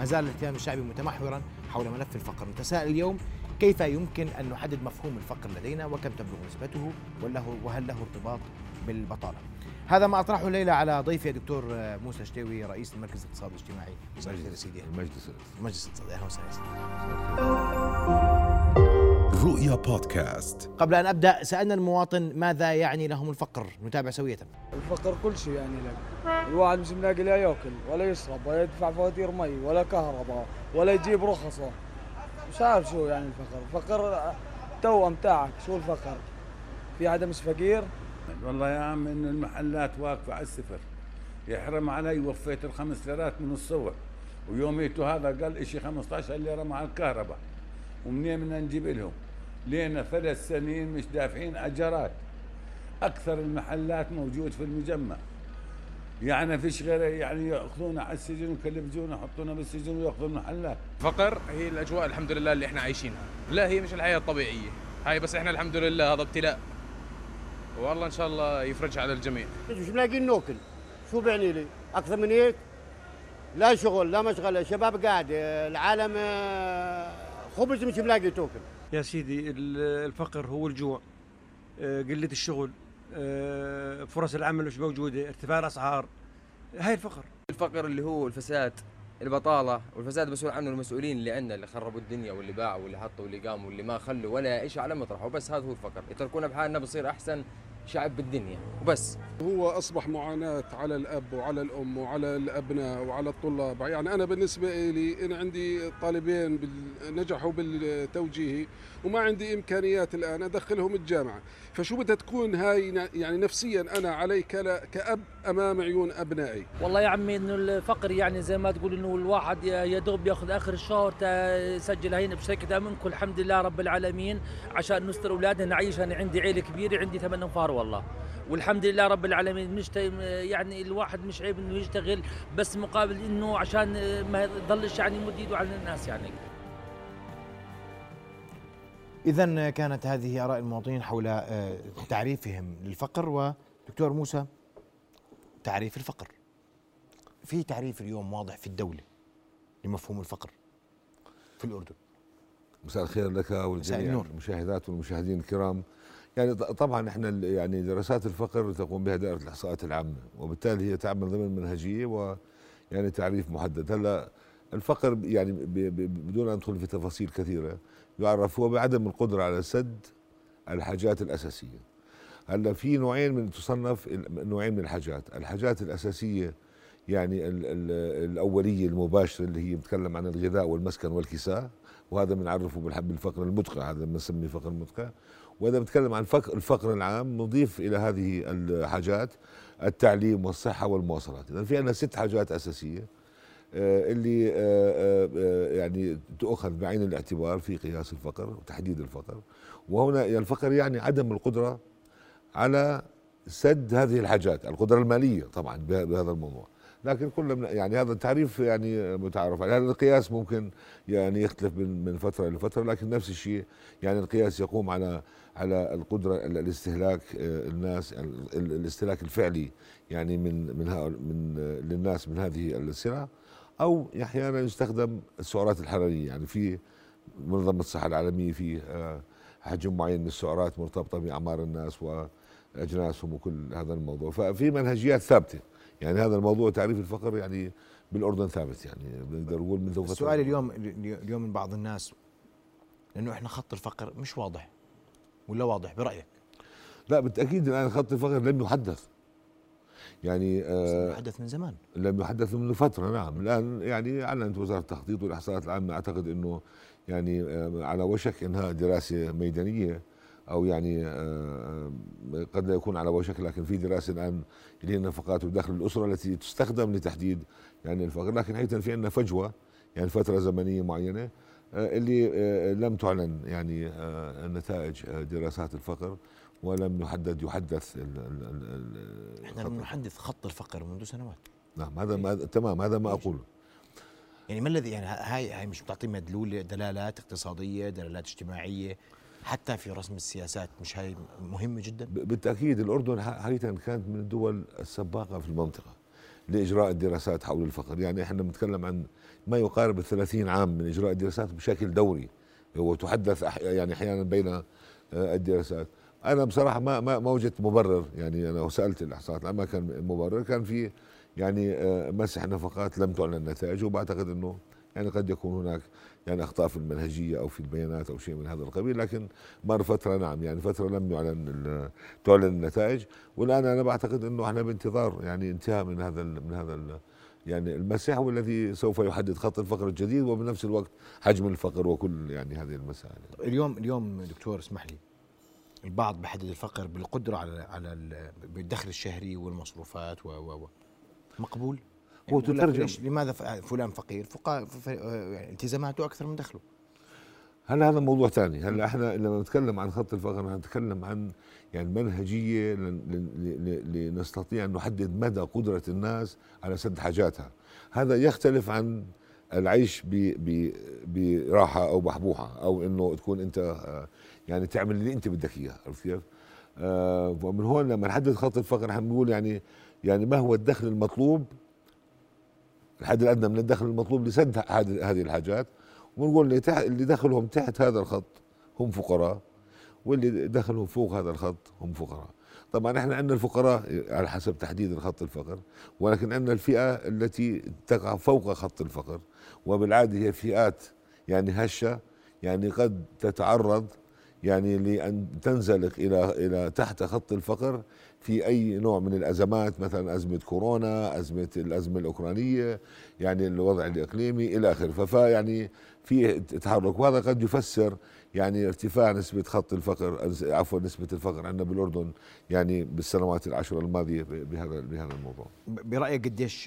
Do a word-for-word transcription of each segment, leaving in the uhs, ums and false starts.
ما زال الكيان الشعبي متمحورا حول ملف الفقر. نتساءل اليوم كيف يمكن أن نحدد مفهوم الفقر لدينا وكم تبلغ نسبته وهل له ارتباط بالبطالة. هذا ما أطرحه الليلة على ضيفي الدكتور موسى شتاوي رئيس المركز الاقتصادي الاجتماعي. مجلس المجلس المجلس الاقتصادي. أهلا وسهلا. رؤيا بودكاست. قبل أن أبدأ سألنا المواطن ماذا يعني لهم الفقر. نتابع سوية. الفقر كل شيء يعني لك. الواحد مش ملاقي لا ياكل ولا يشرب ولا يدفع فواتير مي ولا كهرباء ولا يجيب رخصه. مش عارف شو يعني الفقر. الفقر توأم تاعك. شو الفقر؟ في حدا مش فقير؟ والله يا عم إن المحلات واقفة على الصفر، يحرم علي. وفيت الخمس ليرات من الصبح ويوميته هذا قال إشي خمسة عشر ليرة مع الكهرباء، ومنين بدنا نجيب لهم؟ لينا ثلاث سنين مش دافعين أجرات. أكثر المحلات موجود في المجمع، يعني فيش غير يعني يأخذونا على السجن ويكلبجونا يحطونا بالسجن ويأخذوا المحلات. فقر هي الأجواء الحمد لله اللي احنا عايشينها، لا هي مش الحياة الطبيعية هاي، بس احنا الحمد لله هذا ابتلاء والله إن شاء الله يفرجها على الجميع. مش ملاقيين ناكل، شو بعني لي أكثر من هيك؟ لا شغل لا مشغلة، شباب قاعد العالم خبز مش ملاقي تاكل. يا سيدي الفقر هو الجوع، قلة الشغل، فرص العمل مش موجودة، ارتفاع الأسعار، هاي الفقر. الفقر اللي هو الفساد، البطالة، والفساد مسؤول عنه المسؤولين اللي عندنا اللي خربوا الدنيا واللي باعوا واللي حطوا واللي قاموا واللي ما خلوا ولا شيء على مطرحه، وبس هذا هو الفقر. يتركونا بحالنا بصير أحسن شعب بالدنيا وبس. هو أصبح معاناة على الأب وعلى الأم وعلى الأبناء وعلى الطلاب. يعني أنا بالنسبة لي أنا عندي طالبين نجحوا بالتوجيهي وما عندي إمكانيات الآن أدخلهم الجامعة، فشو بدها تكون هاي يعني نفسيا أنا علي كأب أمام عيون أبنائي. والله يا عمي إنه الفقر يعني زي ما تقول إنه الواحد يدوب ياخذ آخر الشهر تسجل هنا بشركة أمنكم الحمد لله رب العالمين عشان نستر أولادنا نعيش. أنا عندي عيلة كبيرة، عندي ثمان أنفار والله والحمد لله رب العالمين. مش يعني الواحد مش عيب إنه يشتغل، بس مقابل إنه عشان ما يضلش يعني يمد يده على الناس يعني. إذن كانت هذه آراء المواطنين حول تعريفهم للفقر. ودكتور موسى، تعريف الفقر، في تعريف اليوم واضح في الدولة لمفهوم الفقر في الأردن. مساء الخير لك والجميع المشاهدات والمشاهدين الكرام. يعني طبعا احنا يعني دراسات الفقر تقوم بها دائرة الإحصاءات العامة، وبالتالي هي تعمل ضمن منهجية ويعني تعريف محدد. هلا الفقر يعني بدون أن ندخل في تفاصيل كثيرة يعرف هو بعدم القدرة على سد الحاجات الأساسية. هلا في نوعين من تصنف نوعين من الحاجات. الحاجات الأساسية يعني ال ال الأولية المباشرة اللي هي بتكلم عن الغذاء والمسكن والكساء، وهذا بنعرفه بالفقر المدقع، هذا بنسميه فقر مدقع. وإذا بنتكلم عن الفقر العام نضيف إلى هذه الحاجات التعليم والصحة والمواصلات. إذا في عندنا ست حاجات أساسية اللي يعني تؤخذ بعين الاعتبار في قياس الفقر وتحديد الفقر. وهنا الفقر يعني عدم القدرة على سد هذه الحاجات، القدرة المالية طبعا بهذا الموضوع. لكن كل يعني هذا التعريف يعني متعارف عليه. هذا القياس ممكن يعني يختلف من فترة لفترة، لكن نفس الشيء يعني القياس يقوم على على القدرة الاستهلاك الناس الاستهلاك الفعلي يعني من من من للناس من هذه السلع، أو أحيانا يستخدم السعرات الحرارية. يعني في منظمة الصحة العالمية في حجم معين من السعرات مرتبطة بأعمار الناس وأجناسهم وكل هذا الموضوع. ففي منهجيات ثابتة. يعني هذا الموضوع تعريف الفقر يعني بالأردن ثابت، يعني بنقدر نقول من فترة. السؤال اليوم اليوم من بعض الناس لأنه إحنا خط الفقر مش واضح، ولا واضح برأيك؟ لا بالتأكيد الآن خط الفقر لم يحدث، يعني آه لم يحدث من زمان، لم يحدث منذ فترة. نعم الآن يعني أعلنت وزارة التخطيط والإحصاءات العامة أعتقد أنه يعني آه على وشك إنهاء دراسة ميدانية، أو يعني آه قد لا يكون على وشك، لكن في دراسة الآن اللي هي النفقات ودخل الأسرة التي تستخدم لتحديد يعني الفقر. لكن حقيقة في عندنا فجوة يعني فترة زمنية معينة آه اللي آه لم تعلن يعني آه نتائج آه دراسات الفقر، ولم يحدد يحدث ال ال ال احنا لم نحدث خط الفقر منذ سنوات. نعم هذا ما تمام، هذا ما أقوله. يعني ما الذي يعني هاي هاي مش بتعطي مدلول دلالات اقتصادية، دلالات اجتماعية، حتى في رسم السياسات؟ مش هاي مهمة جدا؟ بالتأكيد الأردن حقيقة كانت من الدول السباقة في المنطقة لاجراء الدراسات حول الفقر. يعني احنا بنتكلم عن ما يقارب ثلاثين عام من اجراء الدراسات بشكل دوري، وتحدث يعني احيانا بين الدراسات. انا بصراحه ما ما ما وجدت مبرر، يعني انا سالت الاحصاءات ما كان مبرر، كان في يعني مسح نفقات لم تعلن نتائج، وبعتقد انه يعني قد يكون هناك يعني اخطاء في المنهجيه او في البيانات او شيء من هذا القبيل، لكن مر فتره نعم يعني فتره لم يعلن تعلن النتائج، والان انا بعتقد انه احنا بانتظار يعني انتهاء من هذا من هذا يعني المسح، والذي سوف يحدد خط الفقر الجديد وبنفس الوقت حجم الفقر وكل يعني هذه المسائل. اليوم اليوم دكتور اسمح لي، البعض بحدد الفقر بالقدره على على بالدخل الشهري والمصروفات و و مقبول. هو تترجم لماذا فلان فقير؟ فقا يعني التزاماته اكثر من دخله. هلا هذا موضوع ثاني. هلا احنا لما نتكلم عن خط الفقر نتكلم عن يعني منهجيه لنستطيع ان نحدد مدى قدره الناس على سد حاجاتها. هذا يختلف عن العيش براحه او بحبوحه، او انه تكون انت يعني تعمل اللي انت بدك اياه، عرفت كيف؟ ومن هون لما نحدد خط الفقر احنا بنقول يعني يعني ما هو الدخل المطلوب، الحد الادنى من الدخل المطلوب لسد هذه الحاجات، ونقول اللي, تحت اللي دخلهم تحت هذا الخط هم فقراء، واللي دخلهم فوق هذا الخط هم فقراء. طبعا احنا عندنا الفقراء على حسب تحديد الخط الفقر، ولكن عندنا الفئة التي تقع فوق خط الفقر، وبالعادة هي فئات يعني هشة، يعني قد تتعرض يعني لأن تنزلق إلى إلى تحت خط الفقر في أي نوع من الأزمات، مثلا أزمة كورونا، أزمة الأزمة الأوكرانية، يعني الوضع الإقليمي إلى آخره. ففا يعني في تحرك، وهذا قد يفسر يعني ارتفاع نسبة خط الفقر، عفوا نسبة الفقر عندنا بالأردن يعني بالسنوات العشر الماضية بهذا بهذا الموضوع. برأيك قديش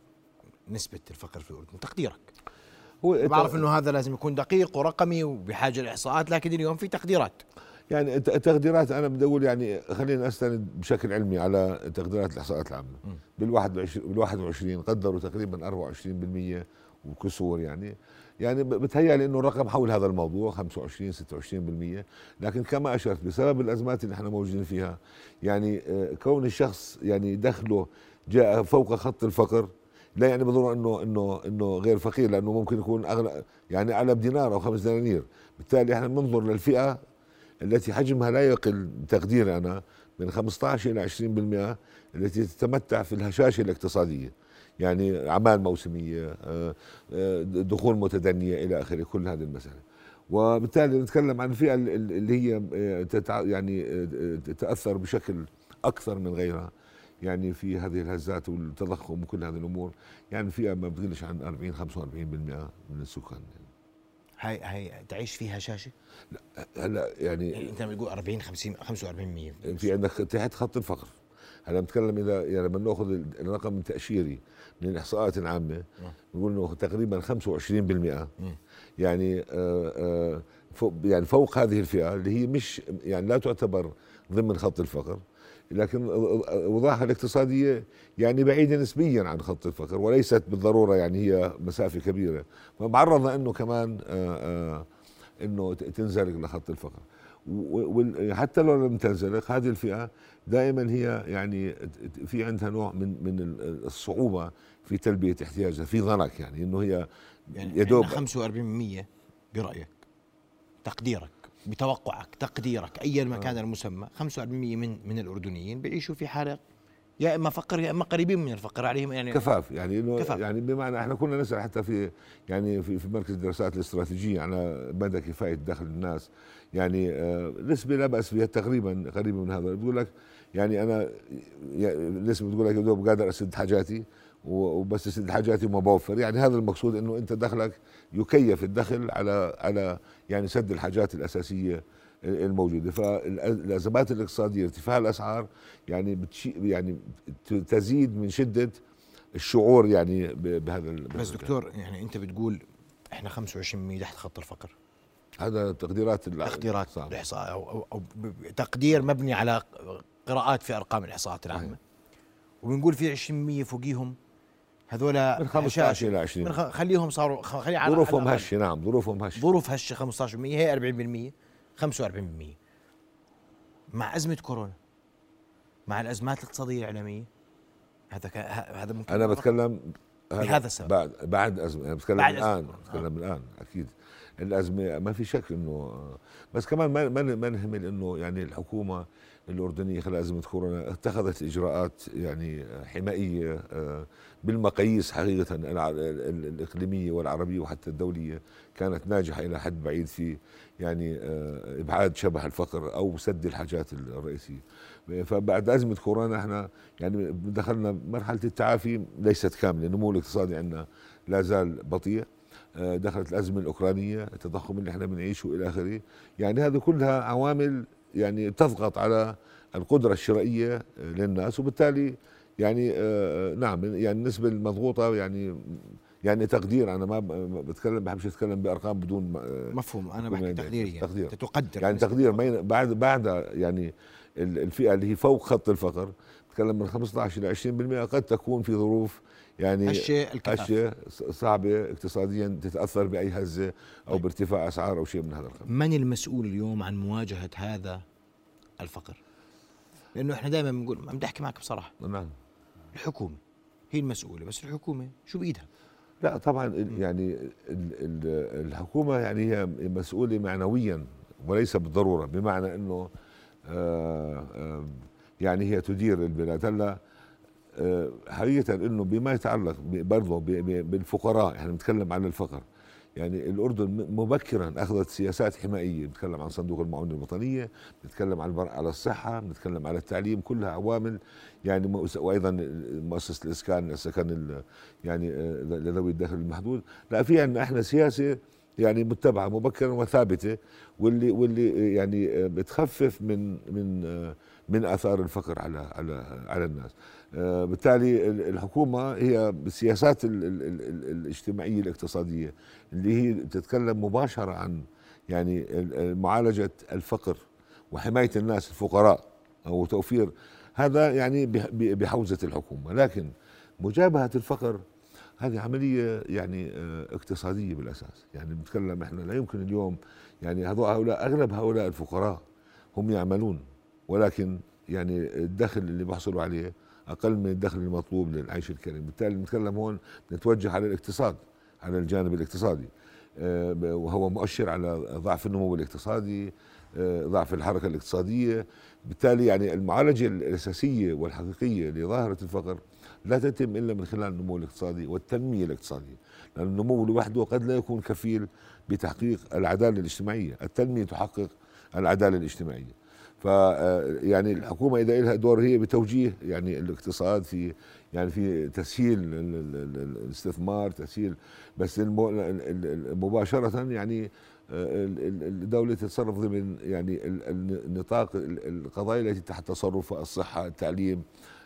نسبة الفقر في الأردن تقديرك؟ هو بعرف انه هذا لازم يكون دقيق ورقمي وبحاجه لاحصاءات، لكن اليوم في تقديرات. يعني التقديرات انا بدي اقول يعني خلينا استند بشكل علمي على تقديرات الاحصاءات العامه. بالواحد بالواحد وعشرين قدروا تقريبا أربعة وعشرين بالمئة وكسور، يعني يعني بتهيألي انه الرقم حول هذا الموضوع خمسة وعشرين ستة وعشرين بالمئة، لكن كما اشرت بسبب الازمات اللي احنا موجودين فيها، يعني كون الشخص يعني دخله جاء فوق خط الفقر لا يعني بالضروره انه انه انه غير فقير، لانه ممكن يكون اغلى يعني اعلى بدينار او خمس دنانير. بالتالي احنا بننظر للفئه التي حجمها لا يقل تقديري انا من خمسة عشر الى عشرين بالمئة التي تتمتع في الهشاشه الاقتصاديه، يعني اعمال موسميه، دخول متدنيه الى اخره، كل هذه المساله. وبالتالي نتكلم عن الفئه اللي هي يعني تتاثر بشكل اكثر من غيرها يعني في هذه الهزات والتضخم وكل هذه الامور، يعني فيها ما بتقلش عن أربعين خمسة وأربعين بالمئة من السكان. يعني هاي هاي تعيش فيها هشاشه؟ لا هلا يعني, يعني انت بتقول أربعين خمسين خمسة وأربعين بالمئة في عندك تحت خط الفقر. هلا بنتكلم اذا يعني لما ناخذ الرقم التاشيري من الاحصاءات العامه بنقول انه تقريبا خمسة وعشرين بالمئة يعني آآ آآ فوق يعني فوق هذه الفئه اللي هي مش يعني لا تعتبر ضمن خط الفقر، لكن اوضاعها الاقتصاديه يعني بعيده نسبيا عن خط الفقر وليست بالضروره يعني هي مسافه كبيره، فمعرضه انه كمان آآ آآ انه تنزلق لخط الفقر. وحتى لو لم تنزلق هذه الفئه دائما هي يعني في عندها نوع من من الصعوبه في تلبيه احتياجها، في ظنك يعني انه هي يعني يدوب خمسة وأربعين بالمئة برايك، تقديرك بتوقعك تقديرك ايا ما كان المسمى، خمسة وأربعين بالمئة من من الاردنيين بيعيشوا في حاله يا اما فقر يا اما قريبين من الفقر، عليهم يعني كفاف، يعني انه كفاف. يعني بمعنى احنا كنا نسال حتى في يعني في, في مركز الدراسات الاستراتيجيه على مدى كفايه دخل الناس، يعني آه نسبه لا باس فيها تقريبا قريبه من هذا. بقول لك يعني انا نسبه بتقول لك يا دوب قادر اسد حاجاتي وبس اسد حاجاتي وما بوفر، يعني هذا المقصود انه انت دخلك يكيف الدخل على على يعني سد الحاجات الاساسيه الموجوده. فالازمات الاقتصاديه ارتفاع الاسعار يعني بتشي يعني تزيد من شده الشعور يعني بهذا. بس دكتور يعني انت بتقول احنا خمسة وعشرين بالمئة تحت خط الفقر، هذا تقديرات تقديرات الاحصاء أو, أو, أو تقدير مبني على قراءات في ارقام الاحصاءات العامه، وبنقول في عشرين بالمئة فوقيهم هذول من خمسة عشر الى عشرين، خليهم صاروا خلي ظروفهم هشه. نعم ظروفهم هشه، ظروف هشه خمسة عشر بالمئة، هي أربعين بالمئة خمسة وأربعين بالمئة. مع ازمه كورونا، مع الازمات الاقتصاديه العالميه، هذا ك... هذا ممكن انا بتكلم بهذا السبب بعد بعد ازمه، انا بتكلم بعد الان أزمة. بتكلم آه. الان اكيد الازمه ما في شك انه، بس كمان ما ما نهمل انه يعني الحكومه الاردنيه خلال ازمه كورونا اتخذت اجراءات يعني حمائيه بالمقاييس حقيقه الاقليميه والعربيه وحتى الدوليه كانت ناجحه الى حد بعيد في يعني ابعاد شبح الفقر او سد الحاجات الرئيسيه. فبعد ازمه كورونا احنا يعني دخلنا مرحله التعافي ليست كامله، النمو الاقتصادي عندنا لا زال بطيء، دخلت الازمه الاوكرانيه، التضخم اللي احنا بنعيشه الى اخره، يعني هذه كلها عوامل يعني تضغط على القدره الشرائيه للناس، وبالتالي يعني آه نعم يعني النسبه المضغوطه يعني يعني تقدير، انا ما بتكلم بحبش اتكلم بارقام بدون مفهوم، انا بحكي تقديريا تقدير تقدر يعني تقدير بعد بعد يعني الفئه اللي هي فوق خط الفقر بتكلم من خمسة عشر الى عشرين بالمئة قد تكون في ظروف يعني هشة هشة صعبه اقتصاديا تتاثر باي هزه او طيب. بارتفاع اسعار او شيء من هذا القبيل. من المسؤول اليوم عن مواجهه هذا الفقر؟ لانه احنا دائما بنقول، عم بدي احكي معك بصراحه، نعم الحكومه هي المسؤوله، بس الحكومه شو بايدها؟ لا طبعا يعني الحكومه يعني هي مسؤوله معنويا وليس بالضروره، بمعنى انه آآ آآ يعني هي تدير البلاد. هلا حقيقه انه بما يتعلق برضه بالفقراء، احنا بنتكلم عن الفقر، يعني الأردن مبكرا أخذت سياسات حمائية، بنتكلم عن صندوق المعونة الوطنية، بنتكلم على على الصحة، بنتكلم على التعليم، كلها عوامل يعني، وأيضا مؤسسة الإسكان، السكن يعني لذوي الدخل المحدود. لا، في عندنا احنا سياسة يعني متبعة مبكرا وثابتة، واللي واللي يعني بتخفف من من من آثار الفقر على على على الناس. بالتالي الحكومة هي بالسياسات الاجتماعية الاقتصادية اللي هي بتتكلم مباشرة عن يعني معالجة الفقر وحماية الناس الفقراء أو توفير هذا يعني بحوزة الحكومة. لكن مجابهة الفقر هذه عملية يعني اقتصادية بالأساس، يعني بنتكلم احنا لا يمكن اليوم يعني هؤلاء أغلب هؤلاء الفقراء هم يعملون، ولكن يعني الدخل اللي بيحصلوا عليه أقل من الدخل المطلوب للعيش الكريم. بالتالي نتكلم هون نتوجه على الاقتصاد، على الجانب الاقتصادي، وهو مؤشر على ضعف النمو الاقتصادي، ضعف الحركة الاقتصادية. بالتالي يعني المعالجة الأساسية والحقيقية لظاهرة الفقر لا تتم إلا من خلال النمو الاقتصادي والتنمية الاقتصادية، لأن النمو لوحده قد لا يكون كفيل بتحقيق العدالة الاجتماعية، التنمية تحقق العدالة الاجتماعية. ف يعني الحكومة إذا لها دور هي بتوجيه يعني الاقتصاد في يعني في تسهيل الاستثمار، تسهيل، بس مباشرة يعني الدولة تتصرف ضمن يعني النطاق القضايا التي تحت تصرفها، الصحة، التعليم،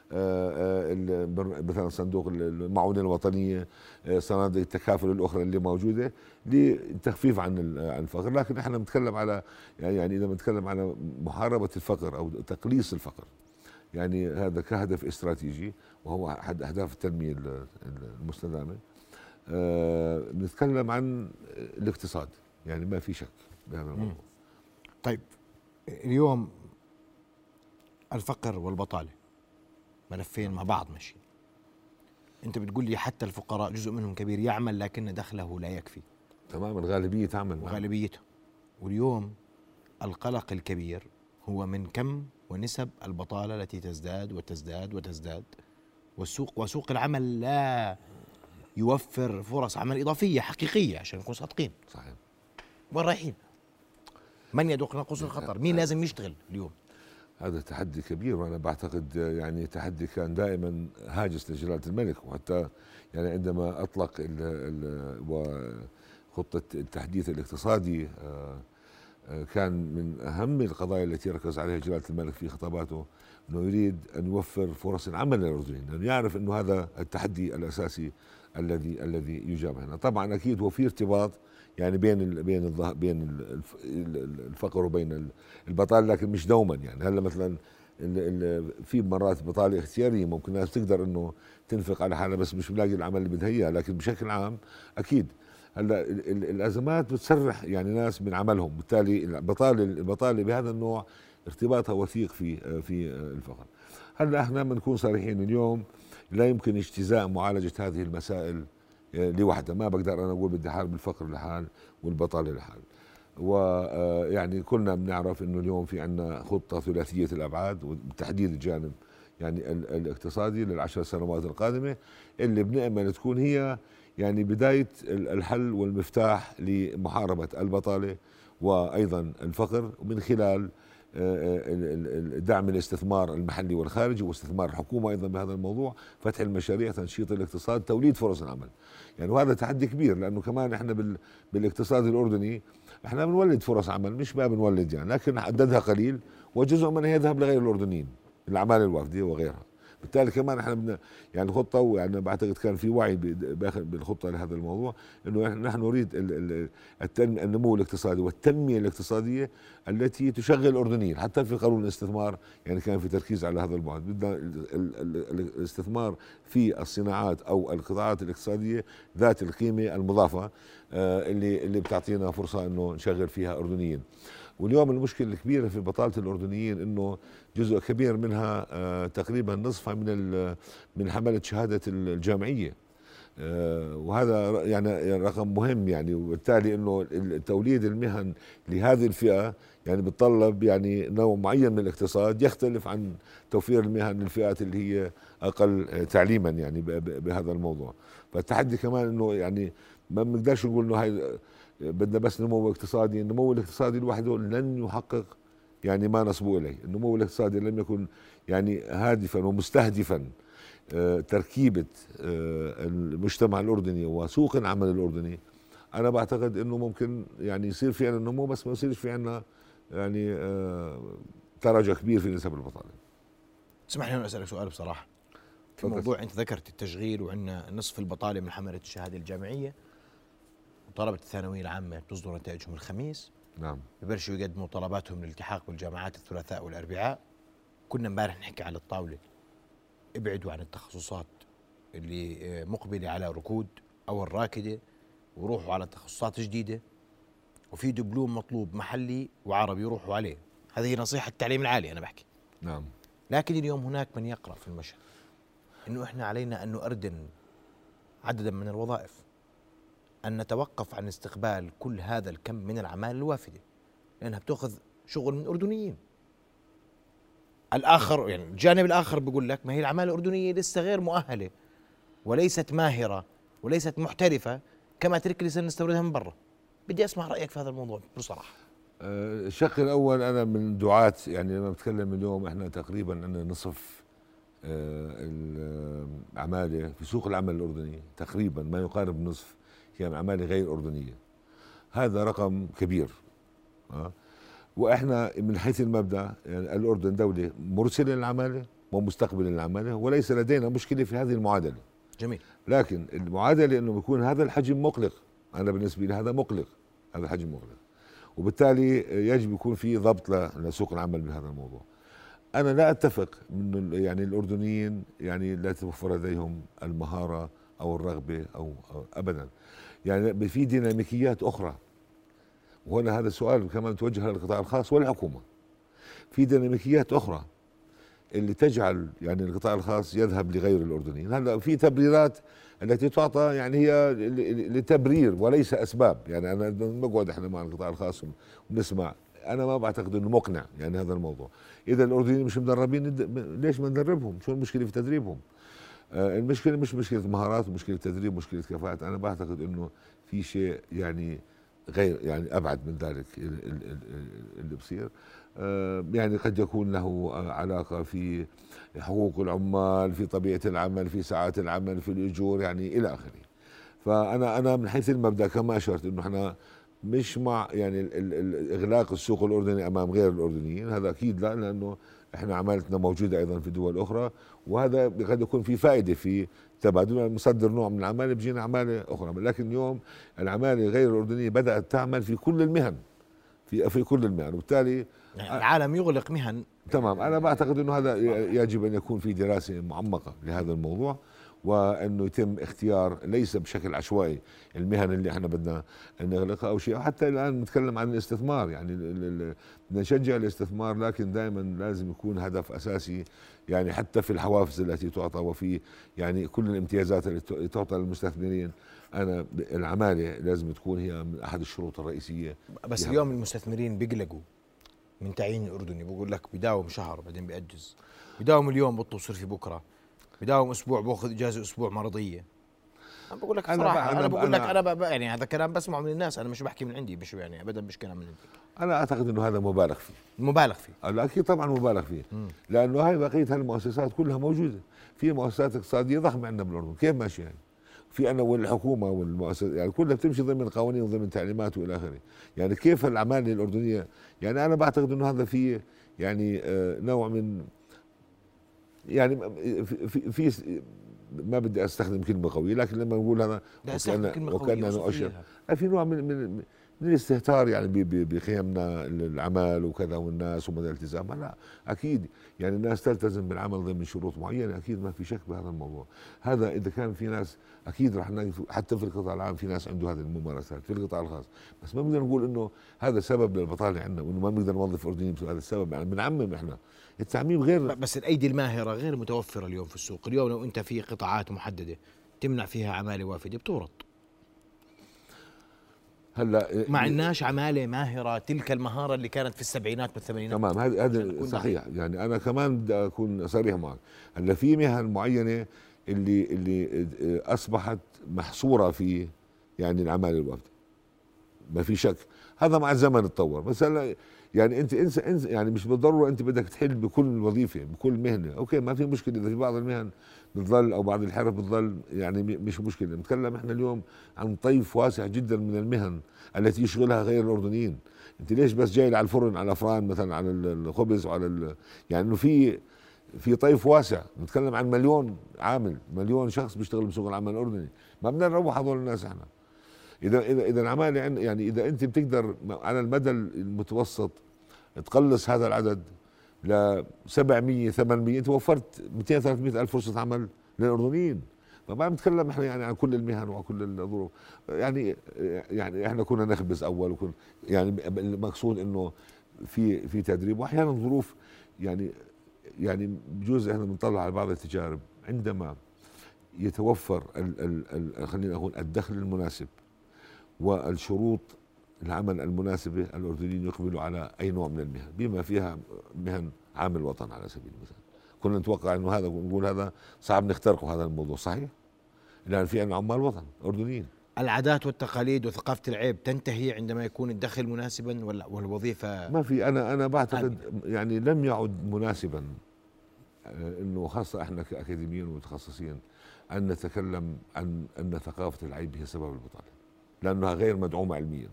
مثلا صندوق المعونة الوطنية، صناديق التكافل الأخرى اللي موجودة لتخفيف عن عن الفقر. لكن احنا بنتكلم على يعني إذا بنتكلم على محاربة الفقر أو تقليص الفقر، يعني هذا كهدف استراتيجي وهو أحد أهداف التنمية المستدامة. بنتكلم عن الاقتصاد، يعني ما في شك بهذا الموضوع. طيب اليوم الفقر والبطالة ملفين مع بعض ماشيين. انت بتقول لي حتى الفقراء جزء منهم كبير يعمل لكن دخله لا يكفي. تماما، الغالبية تعمل وغالبيته. واليوم القلق الكبير هو من كم ونسب البطالة التي تزداد وتزداد وتزداد، والسوق وسوق العمل لا يوفر فرص عمل إضافية حقيقية عشان نكون صادقين. صحيح. وين رايحين؟ من يدق ناقوس الخطر؟ مين لازم يشتغل اليوم؟ هذا تحدي كبير، وانا بعتقد يعني تحدي كان دائما هاجس لجلاله الملك، وحتى يعني عندما اطلق ال ال وخطه التحديث الاقتصادي كان من اهم القضايا التي ركز عليها جلاله الملك في خطاباته انه يريد ان يوفر فرص العمل للاردنيين، لانه يعرف انه هذا التحدي الاساسي الذي الذي يجابهنا. طبعا اكيد هو في ارتباط يعني بين ال بين ال بين الفقر وبين البطاله، لكن مش دوما. يعني هلا مثلا ال ال في مرات بطاله اختياريه، ممكن الناس تقدر انه تنفق على حالها بس مش بلاقي العمل اللي بدها اياه، لكن بشكل عام اكيد هلا الازمات بتسرح يعني ناس من عملهم، بالتالي البطاله البطاله بهذا النوع ارتباطها وثيق في في الفقر. هلا احنا بنكون صريحين اليوم، لا يمكن اجتزاء معالجة هذه المسائل لوحدها. ما بقدر أنا أقول بدي أحارب الفقر لحال والبطالة لحال. ويعني كلنا بنعرف إنه اليوم في عندنا خطة ثلاثية الأبعاد وبالتحديد الجانب يعني الاقتصادي للعشر سنوات القادمة، اللي بنأمل تكون هي يعني بداية الحل والمفتاح لمحاربة البطالة وأيضا الفقر، ومن خلال دعم الاستثمار المحلي والخارجي واستثمار الحكومة أيضا بهذا الموضوع، فتح المشاريع، تنشيط الاقتصاد، توليد فرص العمل. يعني وهذا تحدي كبير، لأنه كمان احنا بالاقتصاد الأردني احنا بنولد فرص عمل، مش ما بنولد يعني، لكن عددها قليل وجزء منها يذهب لغير الأردنيين، الأعمال الوافدة وغيرها. بالتالي كمان احنا بدنا يعني خطه، ويعني بعتقد كان في وعي بالخطه لهذا الموضوع، انه نحن نريد النمو الاقتصادي والتنميه الاقتصاديه التي تشغل الاردنيين. حتى في قانون الاستثمار يعني كان في تركيز على هذا البعد، بدنا الاستثمار في الصناعات او القطاعات الاقتصاديه ذات القيمه المضافه اللي اللي بتعطينا فرصه انه نشغل فيها اردنيين. واليوم المشكلة الكبيرة في بطالة الأردنيين إنه جزء كبير منها آه تقريبا نصفها من من حملة شهادة الجامعية، آه وهذا يعني رقم مهم يعني. وبالتالي إنه توليد المهن لهذه الفئة يعني بتطلب يعني نوع معين من الاقتصاد يختلف عن توفير المهن للفئات اللي هي أقل تعليما يعني بهذا الموضوع. فالتحدي كمان إنه يعني ما بنقدرش نقول إنه هاي بدنا بس نمو اقتصادي. النمو الاقتصادي لوحده لن يحقق يعني ما نصبو إليه. النمو الاقتصادي لم يكن يعني هادفا ومستهدفا تركيبة المجتمع الأردني وسوق العمل الأردني. أنا بعتقد أنه ممكن يعني يصير في عنا النمو، بس ما يصيرش في عنا يعني تراجع كبير في نسب البطالة. اسمح لي أن أسألك سؤال بصراحة في موضوع أنت ذكرت التشغيل، وعندنا نصف البطالة من حملة الشهادة الجامعية، طلبة الثانوية العامة بتصدر نتائجهم الخميس. نعم. ببلشوا يقدموا طلباتهم للالتحاق بالجامعات الثلاثاء والأربعاء. كنا امبارح نحكي على الطاولة ابعدوا عن التخصصات اللي مقبلة على ركود أو الراكدة وروحوا على تخصصات جديدة، وفي دبلوم مطلوب محلي وعربي يروحوا عليه. هذه نصيحة التعليم العالي أنا بحكي. نعم. لكن اليوم هناك من يقرأ في المشهد إنه إحنا علينا أن نؤردن عددا من الوظائف، أن نتوقف عن استقبال كل هذا الكم من العمال الوافدة لأنها بتأخذ شغل من أردنيين. الآخر يعني الجانب الآخر بيقول لك ما هي العمالة الأردنية لسه غير مؤهلة وليست ماهرة وليست محترفة كما تلك اللي سنستوردها من برا. بدي أسمع رأيك في هذا الموضوع بصراحة. الشق الأول أنا من دعاة يعني لما بتكلم اليوم إحنا تقريبا أن نصف العمالة في سوق العمل الأردني تقريبا ما يقارب نصف هي عمالة غير أردنية. هذا رقم كبير. أه؟ وإحنا من حيث المبدأ يعني الأردن دولة مرسلة للعمالة ومستقبل للعمالة، وليس لدينا مشكلة في هذه المعادلة. جميل. لكن المعادلة إنه بيكون هذا الحجم مقلق. أنا بالنسبة لي هذا مقلق، هذا الحجم مقلق، وبالتالي يجب يكون في ضبط لسوق العمل بهذا الموضوع. أنا لا أتفق من يعني الأردنيين يعني لا توفر لديهم المهارة أو الرغبة أو, أو أبدا. يعني في ديناميكيات أخرى، وهنا هذا السؤال كمان توجه للقطاع الخاص والحكومة. في ديناميكيات أخرى اللي تجعل يعني القطاع الخاص يذهب لغير الأردنيين. هلا في تبريرات التي تعطى يعني هي لتبرير وليس أسباب. يعني أنا بقعد إحنا مع القطاع الخاص ونسمع، أنا ما بعتقد إنه مقنع يعني هذا الموضوع. إذا الأردنيين مش مدربين ليش ما ندربهم؟ شو المشكلة في تدريبهم؟ آه المشكلة مش مشكلة مهارات ومشكلة تدريب مشكلة كفاءات. أنا بعتقد إنه في شيء يعني غير يعني أبعد من ذلك اللي بصير. آه يعني قد يكون له علاقة في حقوق العمال، في طبيعة العمل، في ساعات العمل، في الأجور يعني إلى آخره. فأنا أنا من حيث المبدأ كما أشرت إنه إحنا مش مع يعني ال ال ال إغلاق السوق الأردني أمام غير الأردنيين، هذا أكيد لا، لأنه إحنا عمالتنا موجودة أيضا في دول أخرى، وهذا قد يكون في فائدة في تبادل. مصدر نوع من العمالة بيجينا عمالة أخرى، لكن اليوم العمالة غير الأردنية بدأت تعمل في كل المهن، في في كل المهن، وبالتالي يعني العالم يغلق مهن. تمام. أنا بعتقد إنه هذا يجب أن يكون في دراسة معمقة لهذا الموضوع، وانه يتم اختيار ليس بشكل عشوائي المهن اللي احنا بدنا نغلقها او شيء. حتى الان نتكلم عن الاستثمار، يعني بدنا نشجع الاستثمار، لكن دائما لازم يكون هدف اساسي، يعني حتى في الحوافز التي تعطى وفي يعني كل الامتيازات التي تعطى للمستثمرين، انا العماله لازم تكون هي من احد الشروط الرئيسيه. بس اليوم المستثمرين بيقلقوا من تعيين الاردني، بقول لك بداوم شهر بعدين بيأجز، بداوم اليوم بطل صرفي بكره، بداوم اسبوع باخذ اجازه اسبوع مرضيه. انا بقول لك صراحه، انا, أنا بقول لك انا, أنا يعني هذا كلام بسمعه من الناس، انا مش بحكي من عندي، مش يعني ابدا مش كلام من عندي. انا اعتقد انه هذا مبالغ فيه. مبالغ فيه؟ لا اكيد طبعا مبالغ فيه، مم. لانه هاي بقيه هالمؤسسات كلها موجوده، في مؤسسات اقتصاديه ضخمه عندنا بالاردن، كيف ماشي يعني؟ في انا والحكومه والمؤسسات يعني كلها بتمشي ضمن قوانين وضمن تعليمات والى اخره، يعني كيف العماله الاردنيه، يعني انا بعتقد انه هذا فيه يعني آه نوع من يعني في, في ما بدي استخدم كلمه قويه، لكن لما نقول هذا وكأننا وكأننا نؤشر في نوع من من من الاستهتار يعني بقيمنا العمل وكذا والناس ومدى الالتزام. لا اكيد يعني الناس تلتزم بالعمل ضمن شروط معينه، اكيد ما في شك بهذا الموضوع. هذا اذا كان في ناس اكيد رح نلاقي حتى في القطاع العام في ناس عنده هذه الممارسات، في القطاع الخاص، بس ما بنقدر نقول انه هذا سبب للبطاله عندنا وانه ما بنقدر نوظف اردنيين بهذا السبب، يعني بنعمم احنا التعميم غير. بس الايدي الماهره غير متوفره اليوم في السوق. اليوم لو انت في قطاعات محدده تمنع فيها عماله وافده بتورط. هلا ما عندناش عماله ماهره تلك المهاره اللي كانت في السبعينات والثمانينات. تمام، هذا هذا صحيح. يعني انا كمان بدي اكون صريح معك، هلا في مهن معينه اللي اللي اصبحت محصوره في يعني العماله الوافده، ما في شك، هذا مع الزمن اتطور. بس هلا يعني انت انسى انسى يعني مش بالضروره انت بدك تحل بكل وظيفه بكل مهنه، اوكي ما في مشكله اذا في بعض المهن بتظل او بعض الحرف بتظل يعني مش مشكله. نتكلم احنا اليوم عن طيف واسع جدا من المهن التي يشغلها غير الاردنيين. انت ليش بس جاي على الفرن، على الافران مثلا، على الخبز وعلى يعني انه في في طيف واسع. نتكلم عن مليون عامل، مليون شخص بيشتغل بسوق العمل الاردني، ما بدنا نروح هذول الناس احنا. اذا اذا اذا العماله يعني اذا انت بتقدر على المدى المتوسط تقلص هذا العدد ل سبعمية ثمانمية، انت وفرت مئتين ثلاثمية الف فرصه عمل للاردنيين. فما بنتكلم احنا يعني عن كل المهن وكل الظروف، يعني يعني احنا كنا نخبز اول وكنا يعني المقصود انه في في تدريب، واحيانا ظروف يعني يعني بجوز احنا بنطلع على بعض التجارب عندما يتوفر ال ال ال خلينا نقول الدخل المناسب والشروط العمل المناسبة، الأردنيين يقبلوا على أي نوع من المهن بما فيها مهن عامل الوطن على سبيل المثال. كنا نتوقع أنه هذا ونقول هذا صعب نخترقه هذا الموضوع، صحيح؟ لأن في عندنا عمال وطن أردنيين. العادات والتقاليد وثقافة العيب تنتهي عندما يكون الدخل مناسبا ولا والوظيفة ما في. أنا أنا بعتقد يعني لم يعد مناسبا أنه خاصة إحنا كأكاديميين ومتخصصين أن نتكلم عن أن ثقافة العيب هي سبب البطالة، لأنها غير مدعومة علميا.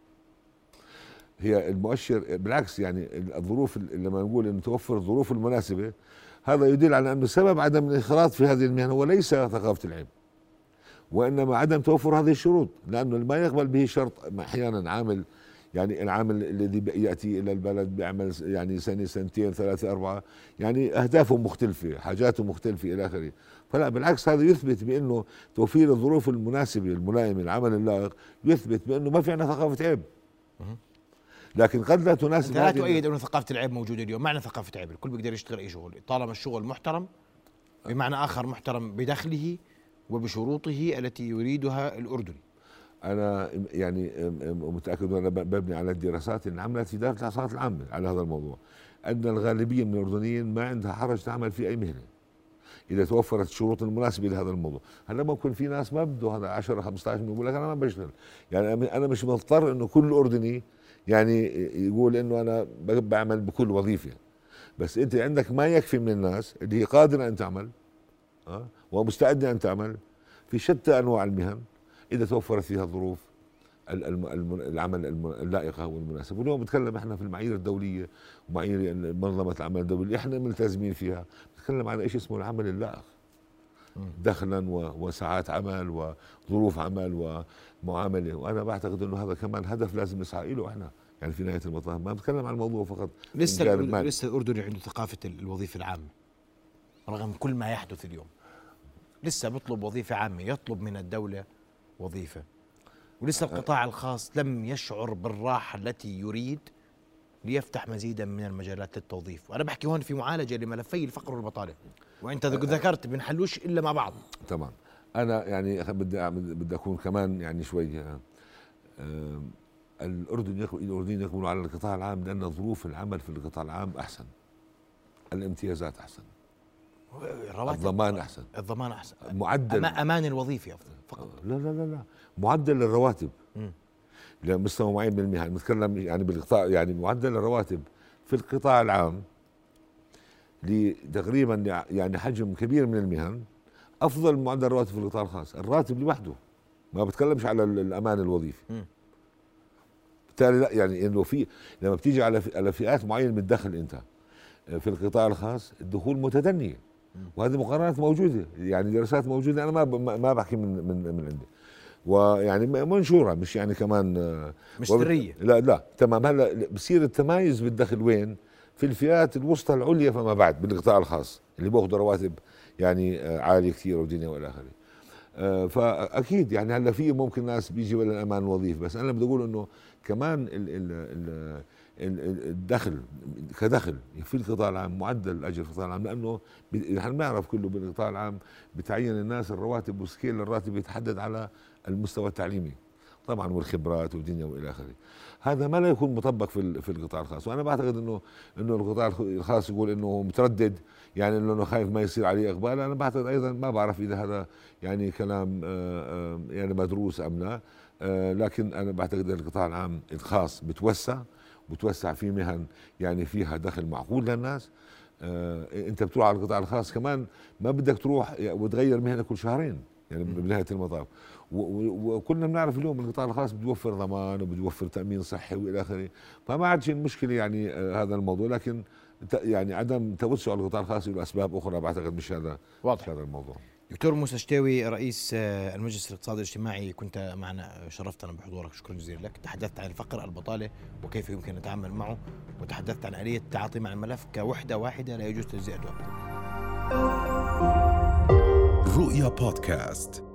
هي المؤشر بالعكس، يعني الظروف لما نقول أن توفر الظروف المناسبة هذا يدل على أنه سبب عدم الانخراط في هذه المهنة هو ليس ثقافة العيب، وإنما عدم توفر هذه الشروط. لأنه ما يقبل به شرط أحيانا عامل، يعني العامل الذي يأتي إلى البلد بيعمل يعني سنة سنتين ثلاثة أربعة، يعني أهدافه مختلفة، حاجاته مختلفة إلى آخره. فلا بالعكس، هذا يثبت بأنه توفير الظروف المناسبة الملائمة العمل اللائق يثبت بأنه ما في عندنا ثقافة عيب. لكن قد لا تناسب. لا تؤيد أنه ثقافة العيب موجودة اليوم. معنى ثقافة عيب الكل بيقدر يشتغل أي شغل طالما الشغل محترم، بمعنى آخر محترم بدخله وبشروطه التي يريدها الأردني. أنا يعني متأكد وأنا ببني على الدراسات اللي عملت في إدارة العلاقات العامة على هذا الموضوع، أن الغالبية من الأردنيين ما عندها حرج تعمل في أي مهنة إذا توفرت الشروط المناسبة لهذا الموضوع. هلا ممكن في ناس ما بده هذا عشرة خمسة عشر يقول لك أنا ما بشتغل، يعني أنا مش مضطر إنه كل أردني يعني يقول إنه أنا بعمل بكل وظيفة، بس أنت عندك ما يكفي من الناس اللي هي قادرة أن تعمل أه؟ ومستعدة أن تعمل في شتى أنواع المهن إذا توفرت فيها الظروف العمل اللائقة والمناسبة. واليوم بنتكلم احنا في المعايير الدولية ومعايير منظمة العمل الدولية احنا ملتزمين فيها، بنتكلم عن شيء اسمه العمل اللائق دخلا وساعات عمل وظروف عمل ومعاملة. وأنا بعتقد أنه هذا كمان هدف لازم نسعى له احنا، يعني في نهاية المطاف ما بنتكلم عن الموضوع فقط. لسه لسه الأردني عنده ثقافة الوظيفة العامة رغم كل ما يحدث اليوم. لسه بيطلب وظيفة عامة، يطلب من الدولة وظيفة، ولسه القطاع الخاص لم يشعر بالراحة التي يريد ليفتح مزيدا من المجالات للتوظيف. وأنا بحكي هون في معالجة لملفي الفقر والبطالة، وأنت ذكرت بنحلوش إلا مع بعض. تمام. أنا يعني بدي بدي أكون كمان يعني شوي الأردن الأردن يقبلوا على القطاع العام لأن ظروف العمل في القطاع العام أحسن، الامتيازات أحسن، الضمان أحسن، الضمان أحسن، معدل أمان الوظيفي أفضل فقط. لا لا لا لا معدل الرواتب لمستوى معين من المهن، نتكلم يعني بالقطاع، يعني معدل الرواتب في القطاع العام لتقريبا يعني حجم كبير من المهن أفضل من معدل الرواتب في القطاع الخاص. الراتب لوحده ما بتكلمش على الأمان الوظيفي. م. بالتالي لا يعني انه في لما بتيجي على على فئات معينه من الدخل انت في القطاع الخاص الدخول متدنيه، وهذه مقارنات موجوده، يعني دراسات موجوده، انا ما ما بحكي من من من عندي، ويعني منشوره مش يعني كمان مش سريه. لا لا تمام. هلا بصير التمايز بالدخل وين؟ في الفئات الوسطى العليا فما بعد بالقطاع الخاص اللي بياخذوا رواتب يعني عاليه كثير ودنيا والى اخره. آه فاكيد يعني هلا في ممكن ناس بيجي ولا الامان الوظيفي، بس انا بدي اقول انه كمان ال ال ال الدخل كدخل في القطاع العام، معدل الاجر في القطاع العام، لانه نحن بنعرف كله بالقطاع العام بتعين الناس الرواتب، وسكيل الراتب يتحدد على المستوى التعليمي طبعا والخبرات والدنيا والى اخره. هذا ما لا يكون مطبق في في القطاع الخاص، وانا بعتقد انه انه القطاع الخاص يقول انه متردد، يعني انه خايف ما يصير عليه اقبال. انا بعتقد ايضا ما بعرف اذا هذا يعني كلام يعني مدروس ام لا، لكن انا بعتقد ان القطاع العام الخاص بتوسع بتوسع في مهن يعني فيها دخل معقول للناس. انت بتروح على القطاع الخاص كمان ما بدك تروح وتغير مهنه كل شهرين يعني بنهايه المطاف. وكلنا بنعرف اليوم القطاع الخاص بيوفر ضمان وبيوفر تامين صحي والى اخره، فما عادش المشكله يعني هذا الموضوع. لكن يعني عدم توسع القطاع الخاص له اسباب اخرى بعتقد مش هذا واضح هذا الموضوع. دكتور موسى شتاوي رئيس المجلس الاقتصادي الاجتماعي، كنت معنا، شرفتنا بحضورك، شكرا جزيلا لك. تحدثت عن الفقر البطاله وكيف يمكن نتعامل معه، وتحدثت عن آلية التعاطي مع الملف كوحده واحده لا يجوز تجزئته. رؤيا بودكاست.